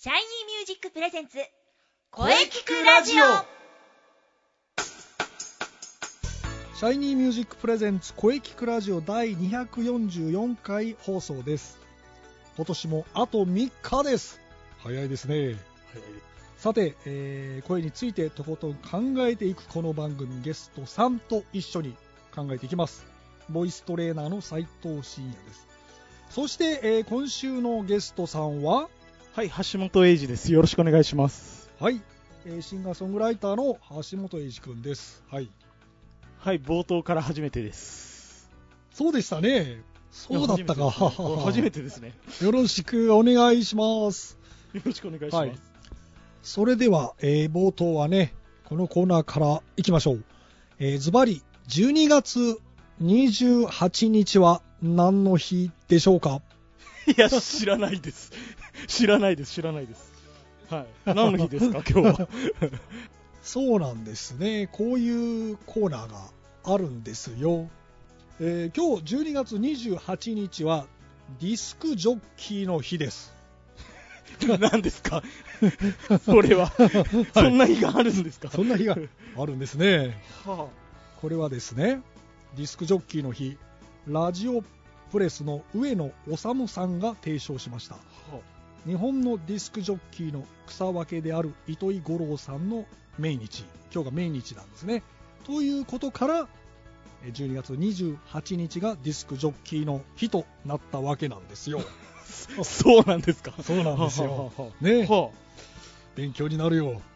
シャイニーミュージックプレゼンツ声聞くラジオ。 シャイニーミュージックプレゼンツ声聞くラジオ第244回放送です。今年もあと3日です。早いですね。早い。さて、声についてとことん考えていくこの番組、ゲストさんと一緒に考えていきます。ボイストレーナーの斉藤真也です。そして、今週のゲストさんは、 はい、橋本英二です。よろしくお願いします。 はい、シンガーソングライターの橋本英二くんです。はい、 はい、冒頭から初めてです。 そうでしたね。そうだったか。 初めてですね。 よろしくお願いします。 よろしくお願いします。はい、 それでは、冒頭はね、このコーナーからいきましょう。ズバリ12月28日は何の日でしょうか？ いや、知らないです。知らないです。はい。何の日ですか、今日は。 そうなんですね。こういうコーナーがあるんですよ。今日12月28日はディスクジョッキーの日です。 何ですかそれは、そんな日があるんですか？ そんな日があるんですね。 はあ、これはですね、ディスクジョッキーの日、ラジオプレスの上野修さんが提唱しました。はあ、日本のディスクジョッキーの草分けである糸井五郎さんの命日、今日が命日なんですね。ということから12月28日がディスクジョッキーの日となったわけなんですよ。 そうなんですか？ そうなんですよ。ね、勉強になるよ。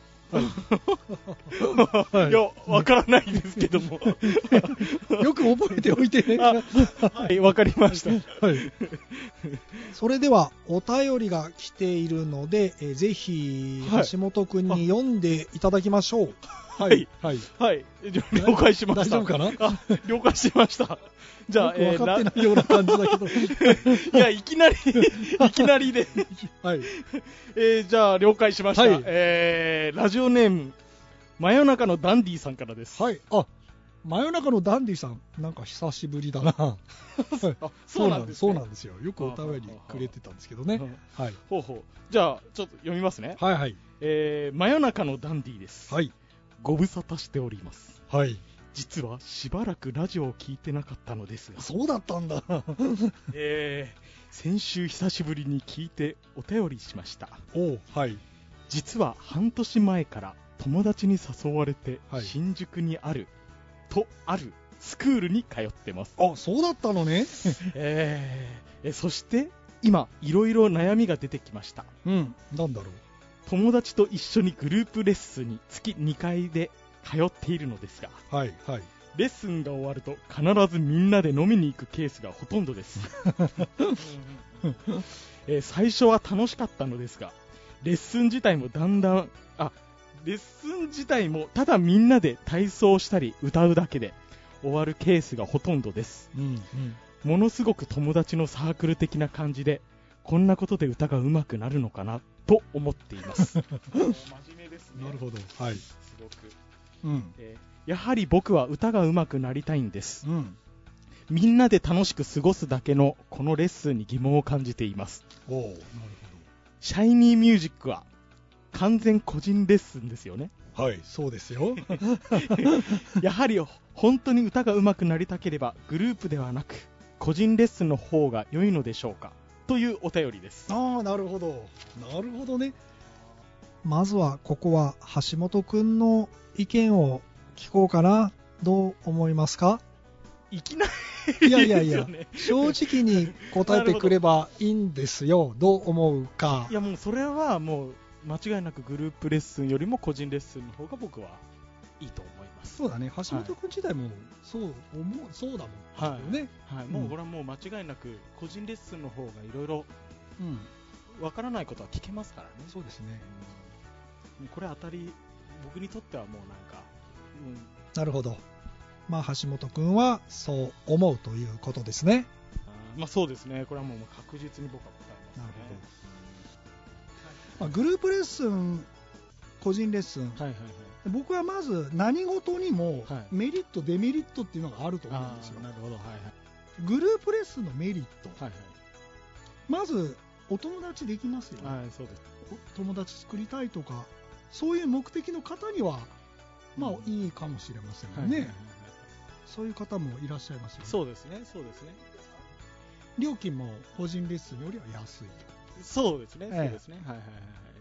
はい、いや、わからないですけども。 よく覚えておいてね。 はい、わかりました。 はい。それではお便りが来ているので、ぜひ橋本くんに読んでいただきましょう。 はいはいはい。了解しました。 大丈夫かな？ 了解しました。じゃあ、 分かってないような感じだけど。 いや、いきなりで。 はい。 じゃあ、了解しました。 はい、 ラジオネーム、真夜中のダンディさんからです。 はい。あ、真夜中のダンディさん、なんか久しぶりだな。そうなんですよ。よくお便りくれてたんですけどね。はい。 ほうほう。じゃあ、ちょっと読みますね。 はいはい。 真夜中のダンディです。 はい。 ご無沙汰しております。 はい。 実はしばらくラジオを聞いてなかったのですが。 そうだったんだ。 先週久しぶりに聞いてお便りしました。 おう、はい。 実は半年前から友達に誘われて、 はい、 新宿にあるスクールに通ってます。 あ、そうだったのね。 そして今いろいろ悩みが出てきました。 うん、なんだろう。 友達と一緒にグループレッスンに月2回で通っているのですが、 はいはい、 レッスンが終わると必ずみんなで飲みに行くケースがほとんどです。最初は楽しかったのですが、レッスン自体もただみんなで体操したり歌うだけで終わるケースがほとんどです。ものすごく友達のサークル的な感じで、こんなことで歌が上手くなるのかなと思っています。真面目ですね。 なるほど。はい。 すごく。やはり僕は歌が上手くなりたいんです。みんなで楽しく過ごすだけのこのレッスンに疑問を感じています。 なるほど。 シャイニーミュージックは完全個人レッスンですよね。 はい、そうですよ。 やはり本当に歌が上手くなりたければグループではなく個人レッスンの方が良いのでしょうか、というお便りです。 ああ、なるほど。なるほどね。まずはここは橋本くんの意見を聞こうかな。どう思いますか？ いきなりいや正直に答えてくればいいんですよ。どう思うか。 いや、もうそれはもう間違いなくグループレッスンよりも個人レッスンの方が僕はいいと思います。 そうだね。橋本くん自体もそうだもんね。 はい、もうこれはもう間違いなく個人レッスンの方がいろいろわからないことは聞けますからね。 そうですね。 これ僕にとってはもうなんか、 なるほど。まあ橋本くんはそう思うということですね。 まあそうですね。これはもう確実に僕は答えますね。 なるほど。グループレッスン、個人レッスン、僕はまず何事にもメリット、デメリットっていうのがあると思うんですよ。 なるほど。 グループレッスンのメリット、まずお友達できますよね。 はい、そうです。 友達作りたいとか、そういう目的の方には、まあいいかもしれませんね。はいはいはいはい、そういう方もいらっしゃいますよね。 そうですね、そうですね。 料金も個人レッスンよりは安い。 そうですね、そうですね。はいはいはい。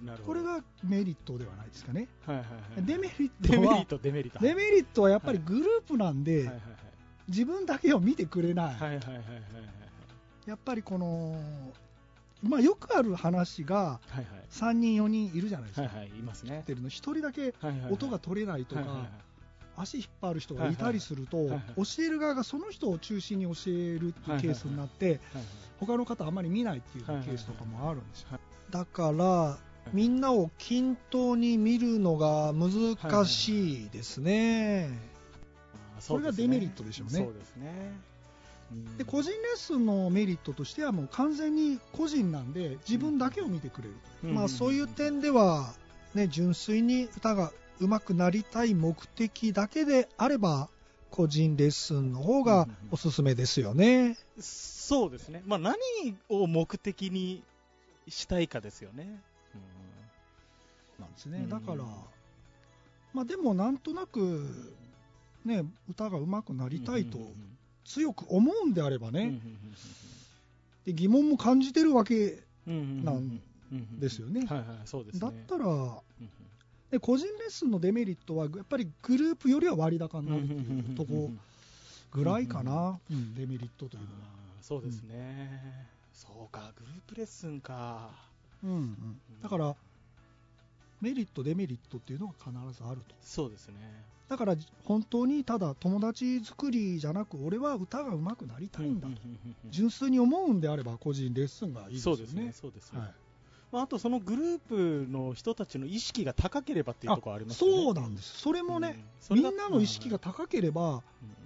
なるほど。 これがメリットではないですかね。 はいはいはい。 デメリットはやっぱりグループなんで、はいはいはい、自分だけを見てくれない。はいはいはいはい。やっぱりこの、まあ、よくある話が3人4人いるじゃないですか。はいはい、いますね。1人だけ音が取れないとか、足引っ張る人がいたりすると、教える側がその人を中心に教えるっていうケースになって、他の方あまり見ないっていうケースとかもあるんですよ。だからみんなを均等に見るのが難しいですね。それがデメリットでしょうね。そうですね。で個人レッスンのメリットとしてはもう完全に個人なんで自分だけを見てくれる、まあ、そういう点では、ね、純粋に歌が上手くなりたい目的だけであれば個人レッスンの方がおすすめですよね。 そうですね、まあ、何を目的にしたいかですよね。 なんですね。だから、まあ、でもなんとなく、ね、歌が上手くなりたいと強く思うんであればね、で疑問も感じてるわけなんですよね。だったら、で個人レッスンのデメリットはやっぱりグループよりは割高になるっていうとこぐらいかな、デメリットというのは。 そうですね、そうか、グループレッスンか。 だからメリットデメリットっていうのが必ずあると。 そうですね。 だから本当にただ友達作りじゃなく俺は歌が上手くなりたいんだと純粋に思うんであれば個人レッスンがいいですよね。そうですね、そうですね。はい、 まあ、あとそのグループの人たちの意識が高ければっていうところありますよね。 そうなんです。それもね、みんなの意識が高ければ、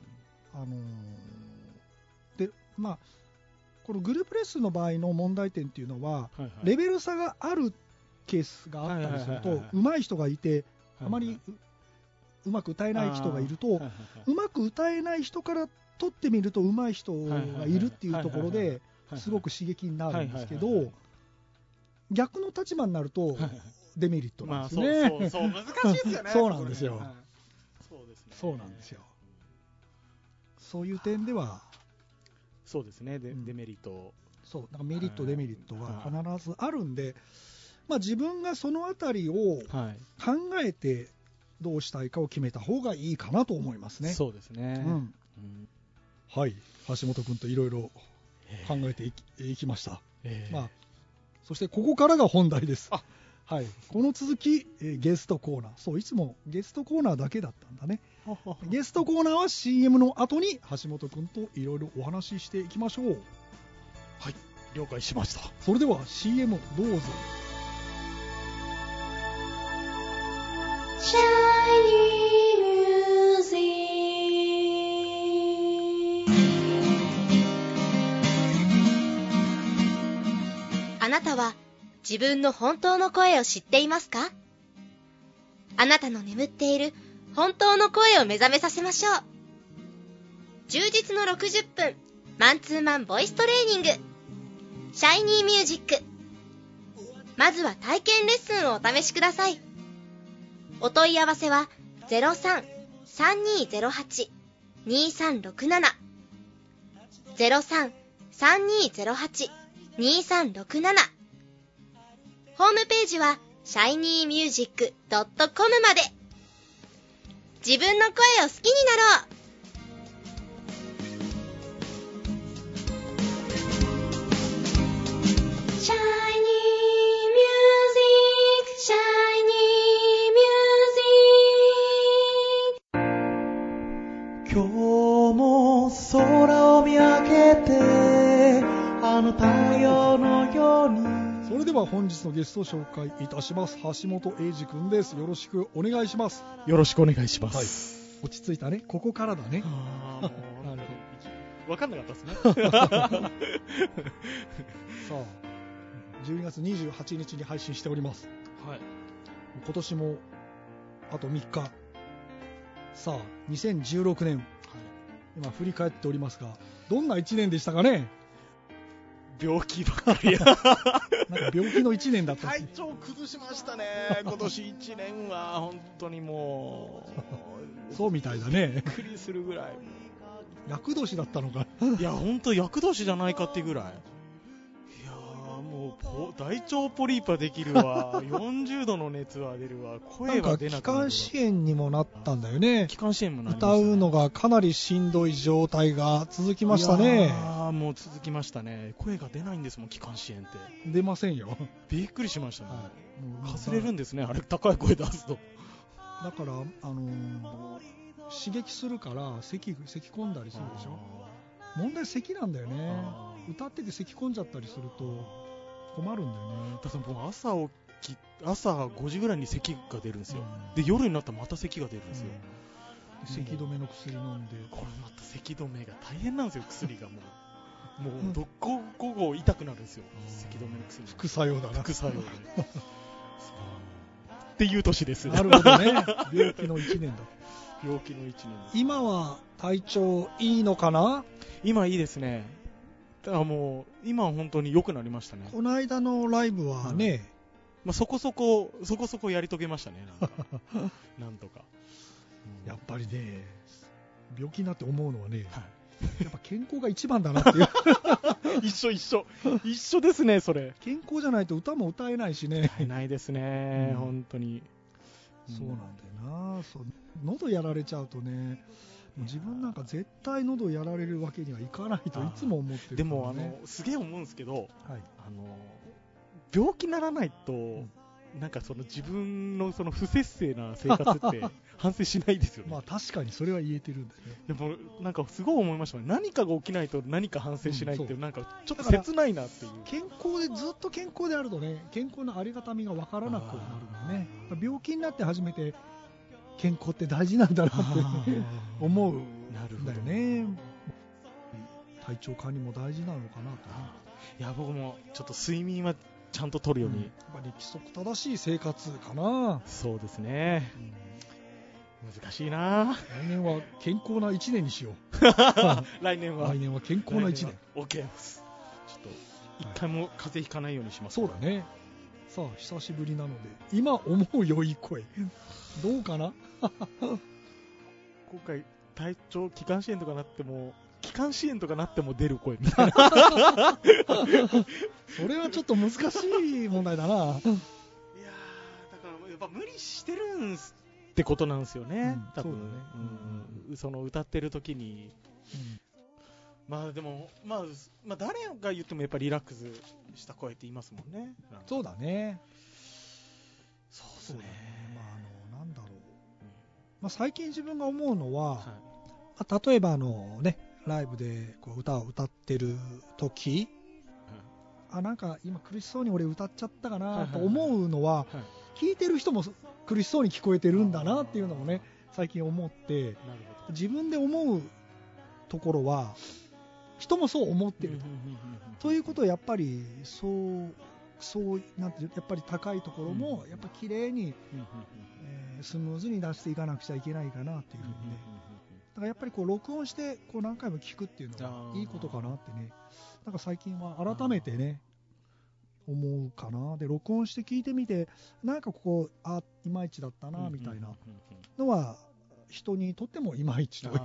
でまあこのグループレッスンの場合の問題点っていうのは、レベル差があるケースがあったりすると、上手い人がいてあまりうまく歌えない人がいると、うまく歌えない人から取ってみると上手い人がいるっていうところですごく刺激になるんですけど、逆の立場になるとデメリットなんですね。 そう難しいですよね。 そうなんですよ。そうなんですよ。そういう点ではそうですね、デメリット、 そうだからメリットデメリットが必ずあるんで、まあ、自分がそのあたりを考えてどうしたいかを決めた方がいいかなと思いますね。 そうですね、 はい、橋本君といろいろ考えていきました。まあ、そしてここからが本題です。はい、この続き、ゲストコーナー。そういつもゲストコーナーだけだったんだね。ゲストコーナーは CM の後に橋本君といろいろお話ししていきましょう。 はい、了解しました。 それでは CM どうぞ。 あなたは自分の本当の声を知っていますか？あなたの眠っている本当の声を目覚めさせましょう。充実の60分マンツーマンボイストレーニング、シャイニーミュージック。まずは体験レッスンをお試しください。お問い合わせは 03-3208-2367 03-3208-2367。ホームページは shinymusic.com まで。自分の声を好きになろう。 今日も空を見上げてあの太陽のように。 それでは本日のゲストを紹介いたします。橋本英二君です。よろしくお願いします。 よろしくお願いします。 はい、落ち着いたね。ここからだね。 分かんなかったですね。 さあ、12月28日に配信しております。はい。今年もあと3日。さあ、2016年、今振り返っておりますが、どんな1年でしたかね。 病気ばっかり。 なんか病気の1年だった。 体調崩しましたね。今年1年は本当にもうそうみたいだね。 びっくりするぐらい。 厄年だったのか。 いや本当厄年じゃないかっていうぐらい。いやもう大腸ポリープはできるわ。40度の熱は出るわ。声は出なくなるわ。 なんか気管支炎にもなったんだよね。 気管支炎もなりましたね。 歌うのがかなりしんどい状態が続きましたね。 もう続きましたね。声が出ないんですもん、気管支炎って。 出ませんよ。 びっくりしましたね。 はい、 かすれるんですね、あれ高い声出すと。 だから刺激するから咳込んだりするでしょ。問題咳なんだよね。歌ってて咳込んじゃったりすると困るんだよね。 だからもう朝5時ぐらいに咳が出るんですよ、で夜になったらまた咳が出るんですよ、 咳止めの薬飲んで、 これまた咳止めが大変なんですよ。薬がもうどこ午後痛くなるんですよ、咳止めの薬。 副作用だな。 副作用でっていう年です。 なるほどね。病気の1年だ。 病気の1年。 今は体調いいのかな？ 今いいですね。だからもう今は本当に良くなりましたね。 この間のライブはね、 そこそこやり遂げましたね。なんとか。 やっぱりね、病気になって思うのはね、 はい、 やっぱ健康が一番だなっていう。 一緒ですね、それ。 健康じゃないと歌も歌えないしね。 ないですね、本当に。 そうなんだよな。喉やられちゃうとね、自分なんか絶対喉やられるわけにはいかないといつも思ってる、ね。 でもすげえ思うんですけど、 はい、 病気にならないと、なんか自分の不節制な生活って反省しないですよね。 まあ確かにそれは言えてるんだよね。 でもなんかすごい思いましたね。何かが起きないと何か反省しないって、なんかちょっと切ないなっていう。 健康でずっと健康であるとね、健康のありがたみが分からなくなるもんね。病気になって初めて健康って大事なんだなって思うんだよね。体調管理も大事なのかなと。 いや僕もちょっと睡眠はちゃんと取るように、 やっぱり規則正しい生活かな。 そうですね、難しいな。 来年は健康な1年にしよう。 来年は健康な1年。 OK です。ちょっと一回も風邪ひかないようにします。 そうだね。さあ久しぶりなので今思う良い声どうかな。 今回気管支炎とかなっても出る声みたいな。 それはちょっと難しい問題だな。いやだからやっぱ無理してるんってことなんですよね、多分ね。歌ってる時に、でも誰が言ってもやっぱりリラックスした声って言いますもんね。 そうだね。 そうですね。 なんだろう。最近自分が思うのは、例えばライブで歌を歌ってる時、なんか今苦しそうに俺歌っちゃったかなと思うのは、聴いてる人も苦しそうに聞こえてるんだなっていうのもね、最近思って、自分で思うところは人もそう思ってるということは、やっぱりそうなんてやっぱり高いところもやっぱ綺麗にスムーズに出していかなくちゃいけないかなっていうふうにね。だからやっぱり録音して何回も聞くっていうのはいいことかなってね、なんか最近は改めてね思うかな。で録音して聞いてみて、なんかいまいちだったなみたいなのは人にとってもいまいちという。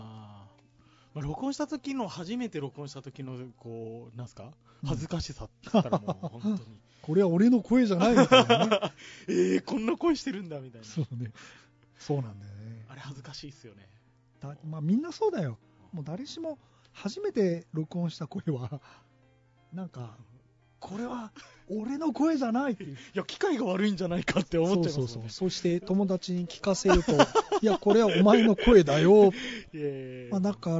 初めて録音した時のなんすか、恥ずかしさって言ったらもう本当にこれは俺の声じゃないみたいなね。 こんな声してるんだみたいな。 そうね。そうなんだよね。 あれ恥ずかしいっすよね。 みんなそうだよ。もう誰しも初めて録音した声はなんかこれは俺の声じゃないっていう。 いや機械が悪いんじゃないかって思っちゃいますよね。 そして友達に聞かせるといやこれはお前の声だよ。だから、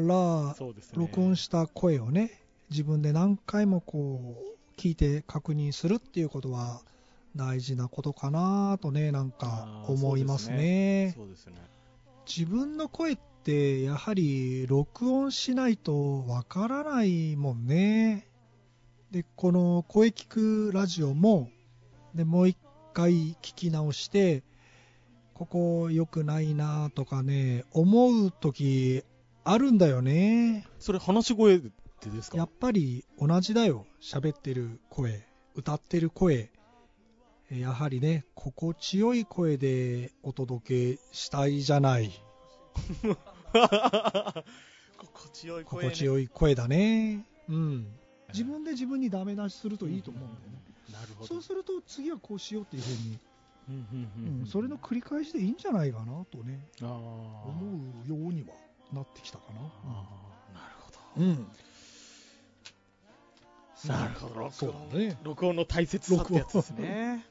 録音した声をね自分で何回も聞いて確認するっていうことは大事なことかなとね、なんか思いますね。 そうですね。 自分の声ってやはり録音しないとわからないもんね。でこの声聞くラジオももう一回聞き直してここ良くないなとかね思う時あるんだよね。 それ話し声てですか？ やっぱり同じだよ。喋ってる声、歌ってる声、やはりね、心地よい声でお届けしたいじゃない。 心地よい声、ね、 心地よい声だね。うん。自分で自分にダメ出しするといいと思うんだよね。 なるほど。 そうすると次はこうしようっていうふうに、それの繰り返しでいいんじゃないかなとね、思うようにはなってきたかな。 なるほど。なるほど。 そうだね。 録音の大切さってやつですね。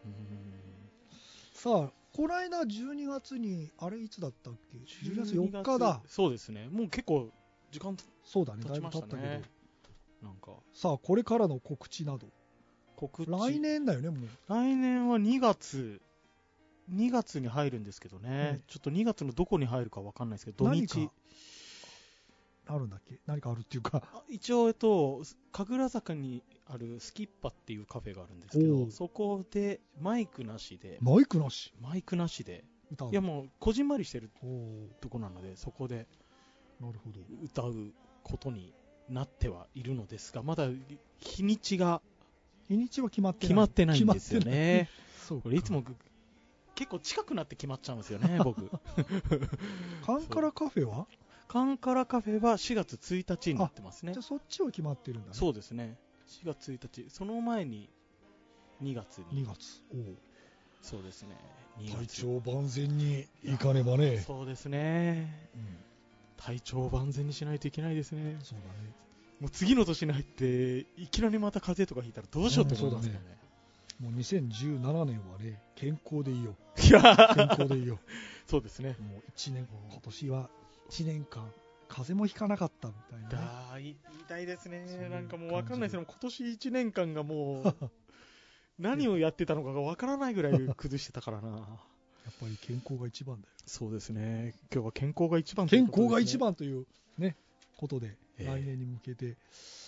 さあ、この間12月に、あれいつだったっけ？ 12月4日だ。 そうですね。もう結構時間経ちましたね。 そうだね、だいぶ経ったけど。 なんかさあ、これからの告知など。来年だよね、もう。 来年は2月に入るんですけどね。ちょっと2月のどこに入るか分かんないですけど、土日。 あるんだっけ？何かあるっていうか。 一応、神楽坂にあるスキッパっていうカフェがあるんですけど、そこでマイクなしで。 マイクなし歌う。いや、もうこじんまりしてるとこなので、そこで歌うことになってはいるのですが、まだ日にちは決まってないんですよね。これいつも結構近くなって決まっちゃうんですよね、僕。 カンカラカフェは 4月1日になってますね。 じゃあそっちは決まってるんだね。 そうですね。4月1日。その前に2月に。 2月。 そうですね。 体調万全にいかねばね。 そうですね。体調万全にしないといけないですね。 そうだね。 もう次の年に入っていきなりまた風邪とかひいたらどうしようって思いますよね。 もう2017年はね、健康でいいよ。 健康でいいよ。 そうですね。 もう今年は1年間風邪もひかなかったみたいな、 言いたいですね。なんかもう分かんないですけど、今年1年間がもう何をやってたのかが分からないぐらい崩してたからな。やっぱり健康が一番だよ。 そうですね。今日は健康が一番ということで、健康が一番というねことで、来年に向けて、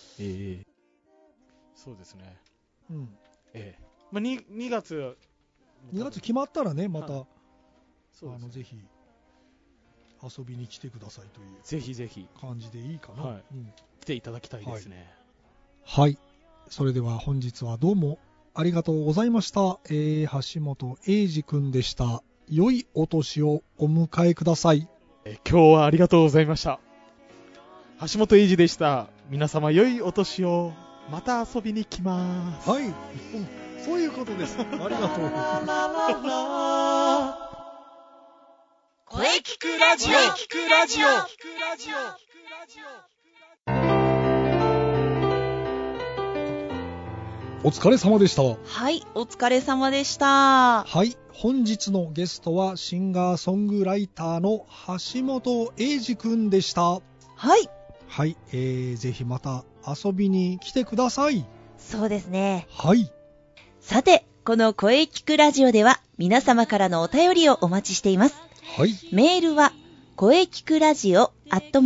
そうですね。 2月決まったらね、またぜひ遊びに来てくださいというぜひぜひ感じでいいかな。 来ていただきたいですね。 はい。それでは本日はどうもありがとうございました。橋本英二くんでした。良いお年をお迎えください。 今日はありがとうございました。橋本英二でした。皆様良いお年を。また遊びに来ます。 はい。そういうことです。ありがとう。 声聞くラジオ。 お疲れ様でした。 はい、お疲れ様でした。 はい、本日のゲストはシンガーソングライターの橋本英二くんでした。 はい。 はい、ぜひまた遊びに来てください。 そうですね。 はい。 さて、この声聞くラジオでは皆様からのお便りをお待ちしています。 はい。 メールは声聞くラジオ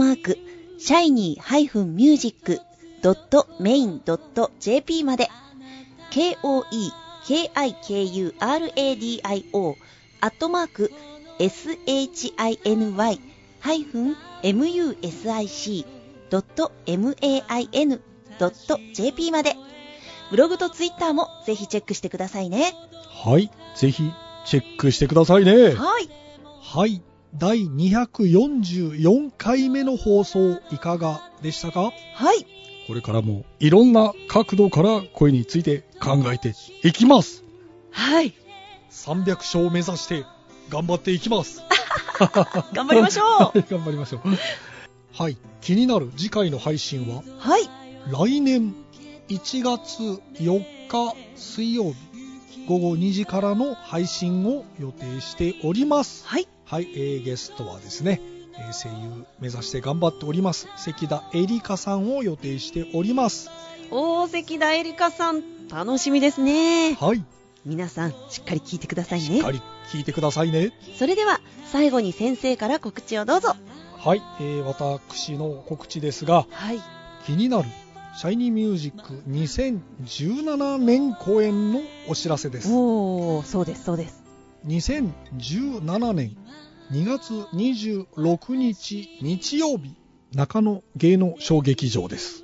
@shiny-music.main.jp まで、shiny-music.main.jp まで。ブログとツイッターもぜひチェックしてくださいね。 はい、ぜひチェックしてくださいね。 はい。 はい、第244回目の放送いかがでしたか？ はい。 これからもいろんな角度から声について考えていきます。 はい。 300勝を目指して頑張っていきます。 頑張りましょう。 頑張りましょう。はい、気になる次回の配信は、 はい、 来年1月4日水曜日午後2時からの配信を予定しております。 はい。 はい、ゲストはですね、声優目指して頑張っております関田絵里香さんを予定しております。 関田絵里香さん、楽しみですね。 はい。 皆さんしっかり聞いてくださいね。 しっかり聞いてくださいね。 それでは最後に先生から告知をどうぞ。 はい、私の告知ですが、 はい、 気になるシャイニーミュージック2017年公演のお知らせです。 そうですそうです。 2017年2月26日日曜日、中野芸能小劇場です。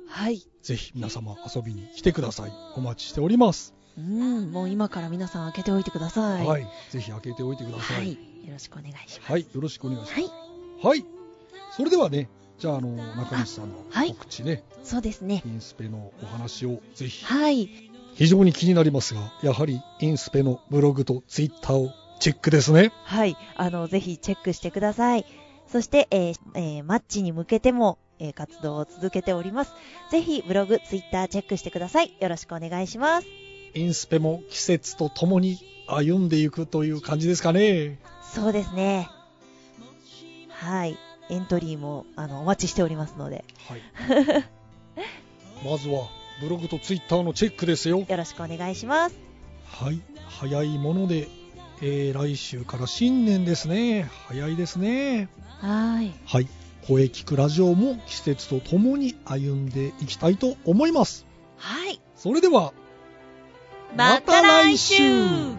はい。 ぜひ皆様遊びに来てください。お待ちしております。 もう今から皆さん開けておいてください。 はい。ぜひ開けておいてください。 はい。よろしくお願いします。 はい。よろしくお願いします。 はい。 はい。それではね、じゃあ中西さんの告知ね。 そうですね。 インスペのお話をぜひ。 はい。 非常に気になりますが、やはりインスペのブログとツイッターをチェックですね。 はい。ぜひチェックしてください。そして、マッチに向けても、活動を続けております。ぜひブログ、ツイッターチェックしてください。よろしくお願いします。 インスペも季節とともに歩んでいくという感じですかね。 そうですね。はい。エントリーもお待ちしておりますので。 はい。まずはブログとツイッターのチェックですよ。 よろしくお願いします。 はい。早いもので、来週から新年ですね。早いですね。 はい。 はい。声聞くラジオも季節とともに歩んでいきたいと思います。 はい。 それでは、 また来週。